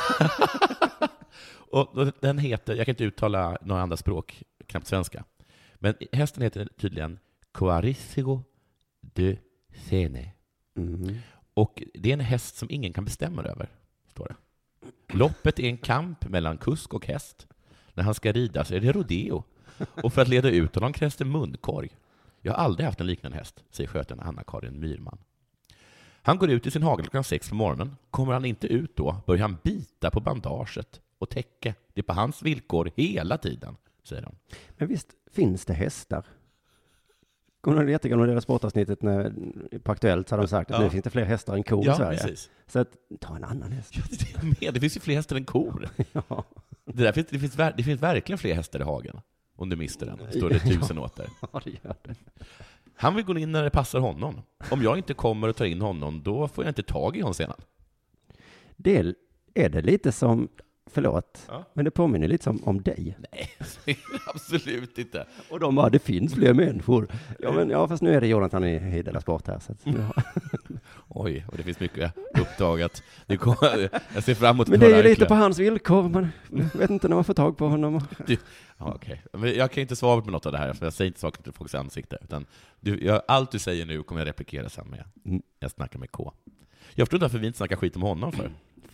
Och den heter, jag kan inte uttala några andra språk, knappt svenska. Men hästen heter tydligen Coaricio de Sene. Och det är en häst som ingen kan bestämma över, står det. Loppet är en kamp mellan kusk och häst. När han ska rida så är det rodeo. Och för att leda ut honom krävs det munkorg. Jag har aldrig haft en liknande häst, säger skötaren Anna-Karin Myrman. Han går ut i sin hage klockan 6 på morgonen. Kommer han inte ut då börjar han bita på bandaget och täcke. Det är på hans villkor hela tiden, säger de. Men visst finns det hästar? Kommer du ihåg jättegrann deras sportavsnittet när, på Aktuellt så hade de sagt att nu finns det fler hästar än kor i Sverige. Precis. Så att, ta en annan häst. Ja, det finns ju fler hästar än kor. Ja. Det finns verkligen fler hästar i hagen. Om du mister den, står det 1000 åter. Ja, det gör det. Han vill gå in när det passar honom. Om jag inte kommer och tar in honom, då får jag inte tag i honom sedan. Det är det lite som, förlåt, men det påminner lite som om dig. Nej, absolut inte. Och de bara, det finns fler människor. Ja, fast nu är det Jonathan i Hidela Sport här. Så att, Oj, och det finns mycket uppdagat. Jag ser fram emot att men det är ju lite på hans villkor. Man vet inte när man får tag på honom. Okej. Men jag kan inte svara på något av det här, för jag säger inte saker till folks ansikte. Utan allt du säger nu kommer jag replikera sen med. Jag snackar med K. Jag förstår inte varför vi inte snackar skit om honom för.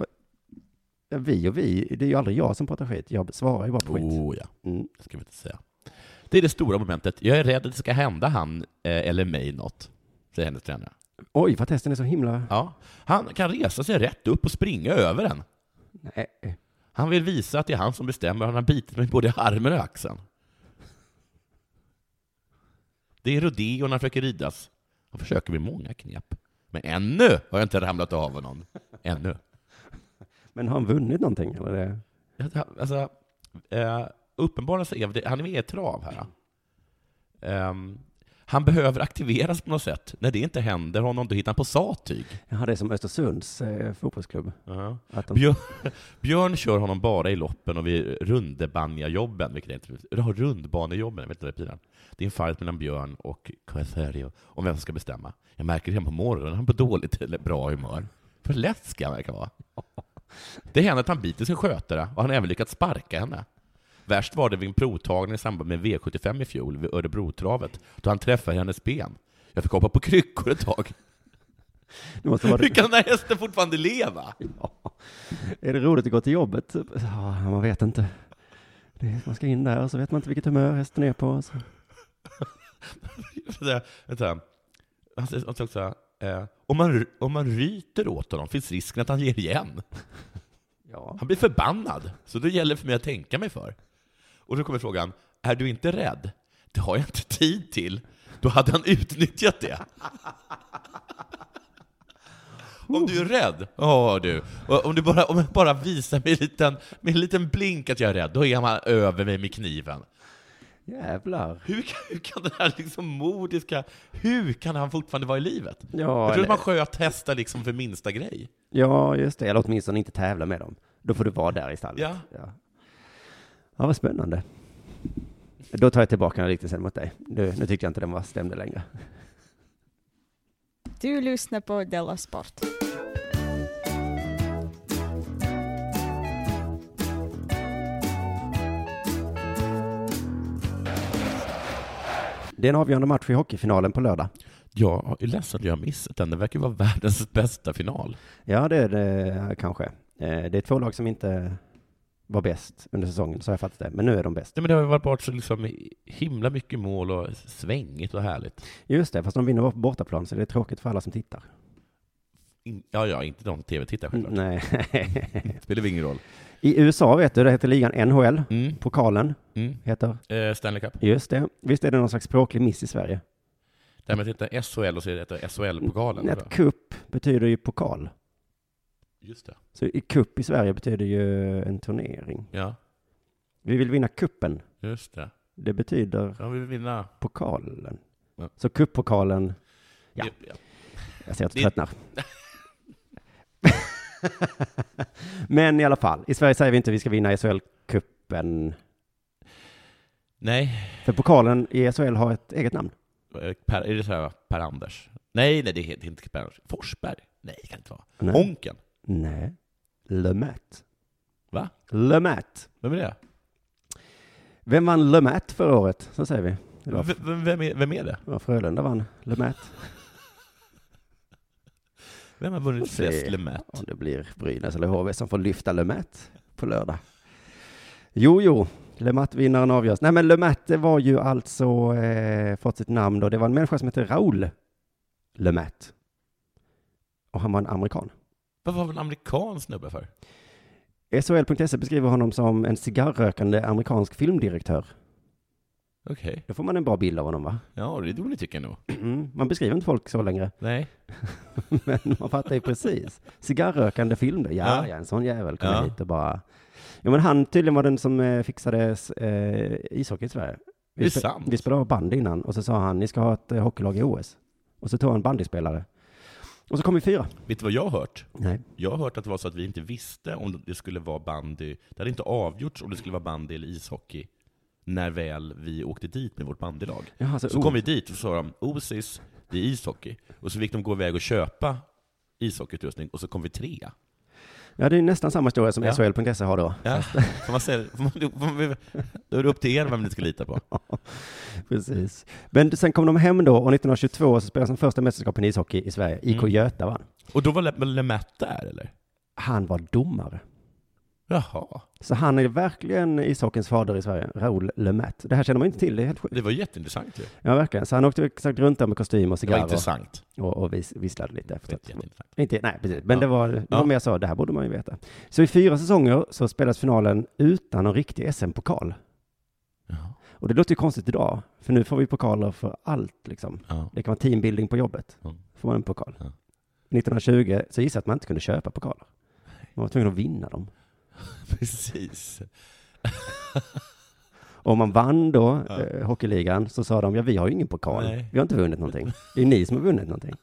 Vi, det är ju aldrig jag som pratar skit. Jag svarar ju bara på skit. Ja, det ska vi inte säga. Det är det stora momentet. Jag är rädd att det ska hända han eller mig något, säger hennes tränare. Oj, vad testen är så himla... Ja, han kan resa sig rätt upp och springa över den. Nej. Han vill visa att det är han som bestämmer. Han har bitit mig både i armen och axeln. Det är rodeo när han försöker ridas. Han försöker med många knep. Men ännu har jag inte ramlat av honom. Ännu. Men har han vunnit någonting? Eller det? Alltså, uppenbarligen så är han är med i trav här. Han behöver aktiveras på något sätt. När det inte händer honom, då hittar han på sattyg. Ja, det är som Östersunds fotbollsklubb. Uh-huh. Björn kör honom bara i loppen och vid rundebanja-jobben. Vilket är inte rundbanejobben, vet du det? Det är en fight mellan Björn och Casario om vem som ska bestämma. Jag märker det på morgonen. Han är på dåligt eller bra humör. För lätt ska han verka vara. Det händer att han biter sin skötare och han har även lyckats sparka henne. Värst var det vid en provtagning i samband med V75 i fjol vid Örebrotravet då han träffade hennes ben. Jag fick hoppa på kryckor ett tag. Hur kan den här hästen fortfarande leva? Ja. Är det roligt att gå till jobbet? Ja, man vet inte. Man ska in där och så vet man inte vilket humör hästen är på. Så. Vänta. Han säger också om man ryter åt honom finns risken att han ger igen. Ja. Han blir förbannad, så det gäller för mig att tänka mig för. Och då kommer frågan, är du inte rädd? Det har jag inte tid till. Då hade han utnyttjat det. Om du är rädd, du. Om jag bara visar med en liten blink att jag är rädd, då är han över mig med kniven. Jävlar. Hur kan det här liksom modiska, hur kan han fortfarande vara i livet? Ja, jag tror att man sköt hästar liksom för minsta grej. Ja, just det. Eller åtminstone inte tävla med dem. Då får du vara där i stallet. Ja, vad spännande. Då tar jag tillbaka den riktigt sen mot dig. Nu tyckte jag inte den var stämde längre. Du lyssnar på Della Sport. Det är en avgörande match i hockeyfinalen på lördag. Jag är ledsen att jag har missat den. Det verkar vara världens bästa final. Ja, det är det kanske. Det är 2 lag som inte var bäst under säsongen, så har jag fattat det. Men nu är de bäst. Nej, men det har varit så liksom himla mycket mål och svängigt och härligt. Just det, fast de vinner på bortaplan, så det är tråkigt för alla som tittar. Ja, inte de tv-tittar självklart. Nej. Spelar det ingen roll. I USA vet du, det heter ligan NHL. Pokalen heter... Stanley Cup. Just det. Visst är det någon slags språklig miss i Sverige? Det här med att heta SHL och så heter det SHL-pokalen. Ett cup betyder ju pokal. Just det. Så i cup i Sverige betyder ju en turnering. Ja. Vi vill vinna kuppen. Just det. Det betyder Ja, vi vill vinna pokalen. Ja. Så cuppokalen... Ja. Jag ser att du tröttnar. Men i alla fall, i Sverige säger vi inte att vi ska vinna SHL-kuppen. Nej. För pokalen i SHL har ett eget namn. Är det så här Per Anders? Nej, det är inte Per Anders. Forsberg? Nej, det kan inte vara. Nej. Honken? Nej. Le Mat. Va? Le Mat. Vem är det? Vem vann Le Mat förra året? Så säger vi. Vem är det? Ja, Frölunda vann Le Mat. Vem har vunnit flest Le Mat? Om det blir Brynäs eller HV som får lyfta Le Mat på lördag. Jo. Le Mat-vinnaren avgörs. Nej, men Le Mat var ju alltså fått sitt namn då. Det var en människa som heter Raoul Le Mat. Och han var en amerikan. Vad var en amerikan snubbe för? SHL.se beskriver honom som en cigarrökande amerikansk filmdirektör. Okej. Då får man en bra bild av honom, va? Ja, det är då ni tycker nog. Man beskriver inte folk så längre. Nej. Men man fattar ju precis. Cigarrökande film. Ja, en sån jävel kommer hit och bara... Jo, men han tydligen var den som fixade ishockey i Sverige. Det är sant. Vi spelade bandy innan och så sa han, ni ska ha ett hockeylag i OS. Och så tog han bandyspelare. Och så kom vi 4. Vet du vad jag har hört? Nej. Jag har hört att det var så att vi inte visste om det skulle vara bandy. Det hade inte avgjorts om det skulle vara bandy eller ishockey när väl vi åkte dit med vårt bandylag. Jaha, så kom vi dit och sa de, Osis, det är ishockey. Och så fick de gå iväg och köpa ishockeyutrustning och så kom vi 3. Ja, det är nästan samma historia som SHL.se har då. Ja, då är det upp till er vem ni ska lita på. Precis. Men sen kom de hem då och 1922 så spelade de första mästerskapen i ishockey i Sverige. IK Göta vann. Och då var Le Mat där, eller? Han var domare. Jaha. Så han är verkligen ishockeyns fader i Sverige, Raoul Le Mat. Det här känner man inte till, det är helt sjukt. Det var jätteintressant ju. Ja, verkligen. Så han åkte exakt runt där med kostym och cigarr. Det var intressant. Och visslade lite efter. Inte nej, precis. Men det var mer så, det här borde man ju veta. Så i 4 säsonger så spelas finalen utan någon riktig SM-pokal. Ja. Och det låter ju konstigt idag, för nu får vi pokaler för allt liksom. Ja. Det kan vara teambuilding på jobbet. Får man en pokal. Ja. 1920 så gissade att man inte kunde köpa pokaler. Man var tvungen att vinna dem. Precis. Och om man vann då hockeyligan så sa de, vi har ju ingen pokal. Nej. Vi har inte vunnit någonting. Det är ni som har vunnit någonting.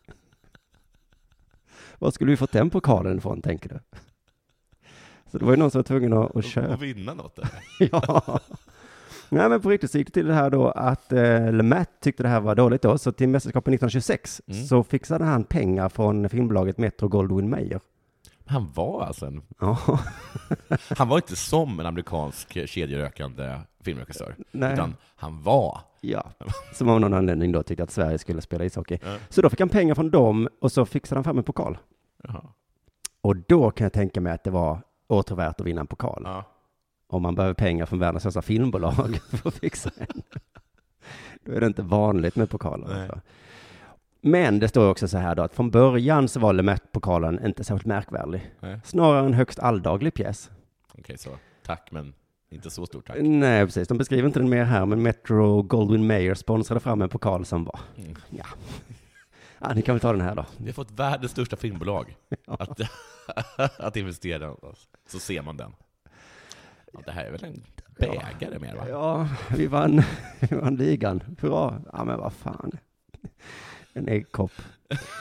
Vad skulle vi fått den pokalen ifrån, tänker du? Så det var ju någon som var tvungen att köpa. Och vinna något där. Ja. Nej, men på riktigt så gick det till det här då att Le Mat tyckte det här var dåligt då. Så till mästerskapet 1926 så fixade han pengar från filmbolaget Metro-Goldwyn-Mayer. Han var alltså en... Ja. Han var inte som en amerikansk kedjerökande filmregissör. Nej. Utan han var... Ja, som av någon anledning då tyckte att Sverige skulle spela ishockey. Ja. Så då fick han pengar från dem och så fixade han fram en pokal. Jaha. Och då kan jag tänka mig att det var återvärt att vinna en pokal. Ja. Om man behöver pengar från världens största filmbolag för att fixa en. Då är det inte vanligt med pokaler. Alltså. Men det står också så här då att från början så var Le Mat-pokalen inte särskilt märkvärdig. Nej. Snarare en högst alldaglig pjäs. Okej, så tack, men inte så stort tack. Nej, precis. De beskriver inte den mer här, men Metro-Goldwyn-Mayer sponsrade fram en pokal som var. Ja, ni kan väl ta den här då. Vi har fått världens största filmbolag att investera. Så ser man den. Ja, det här är väl en bägare mer, va? Ja, vi vann ligan. Hurra! Ja, men vad fan. En äggkopp.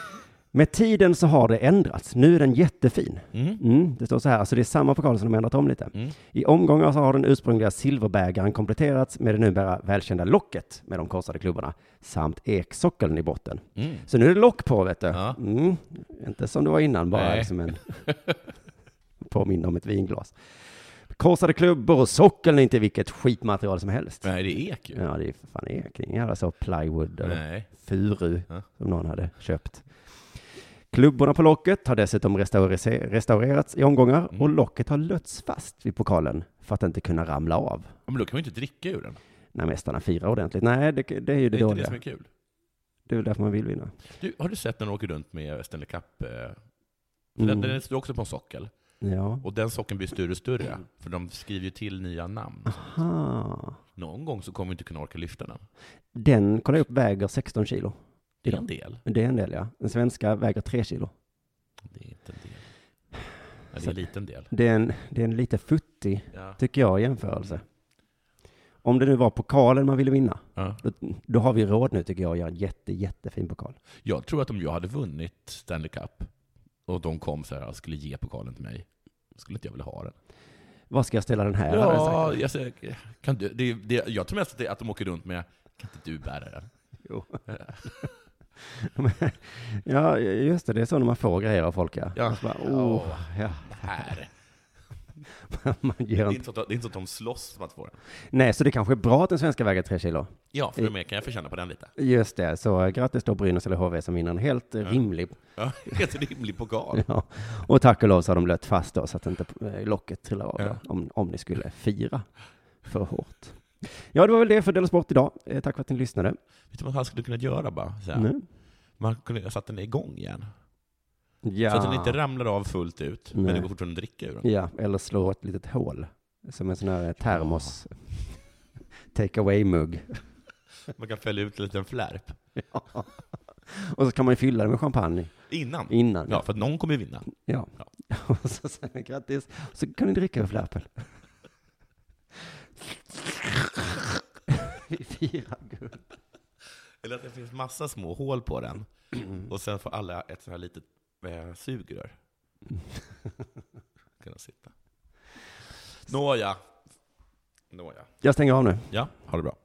Med tiden så har det ändrats. Nu är den jättefin. Det står så här, alltså det är samma pokal som de ändrat om lite. I omgångar så har den ursprungliga silverbägaren kompletterats med det numera välkända locket med de korsade klubborna samt eksockeln i botten. Så nu är det lock på, vet du. Ja. Inte som det var innan, bara liksom en påminner om ett vinglas. Korsade klubbor och sockeln är inte vilket skitmaterial som helst. Nej, det är ek ju. Ja, det är för fan ek. Ingen alltså plywood eller furu som någon hade köpt. Klubborna på locket har dessutom restaurerats i omgångar och locket har lötts fast vid pokalen för att inte kunna ramla av. Men då kan man inte dricka ur den. När mästarna firar ordentligt. Nej, det är ju det dåliga. Det är inte det som är kul. Det är väl därför man vill vinna. Har du sett när de åker runt med Stanley Cup? Den står också på en sockel. Ja. Och den sockeln blir större och större. För de skriver ju till nya namn. Aha. Någon gång så kommer vi inte kunna orka lyfta den. Den, kolla upp, väger 16 kilo. Det är en del. Det är en del, ja. Den svenska väger 3 kilo. Det är inte en del. Ja, det är en liten del. Det är en lite futtig, tycker jag, jämförelse. Om det nu var pokalen man ville vinna, då har vi råd nu, tycker jag, att göra en jättefin pokal. Jag tror att om jag hade vunnit Stanley Cup och de kom så här och skulle ge pokalen till mig, skulle inte jag vilja ha den. Vad ska jag ställa den här? Ja, kan du, jag tror mest att de åker runt med, kan inte du bära den? Jo. Ja, just det. Det är så när man får grejer av folk. Ja. Bara, här. Det är inte så att de slåss som att få den. Nej, så det kanske är bra att den svenska väger 3 kilo. Ja, för med kan jag förtjäna på den lite. Just det, så grattis då Brynäs eller HV som vinner en helt rimlig. Ja, helt rimlig pokal. Ja. Och tack och lov så har de lött fast då, så att inte locket trillar av om ni skulle fira för hårt. Ja, det var väl det för Della Sport idag. Tack för att ni lyssnade. Vet du vad han skulle kunna göra bara? Man kunde satt den igång igen. Ja. Så att den inte ramlar av fullt ut, men det går fortfarande att dricka ur den. Ja, eller slå ett litet hål. Som en sån här termos take away-mugg. Man kan fälla ut en liten flärp. Ja. Och så kan man ju fylla det med champagne. Innan. Ja, för att någon kommer vinna. Ja. Och så säger jag grattis. Så kan ni dricka ur flärpen. Vi firar guld. Eller att det finns massa små hål på den. Och sen får alla ett så här litet sugrör. Kan sitta. Nåja. Jag stänger av nu. Ja, ha det bra.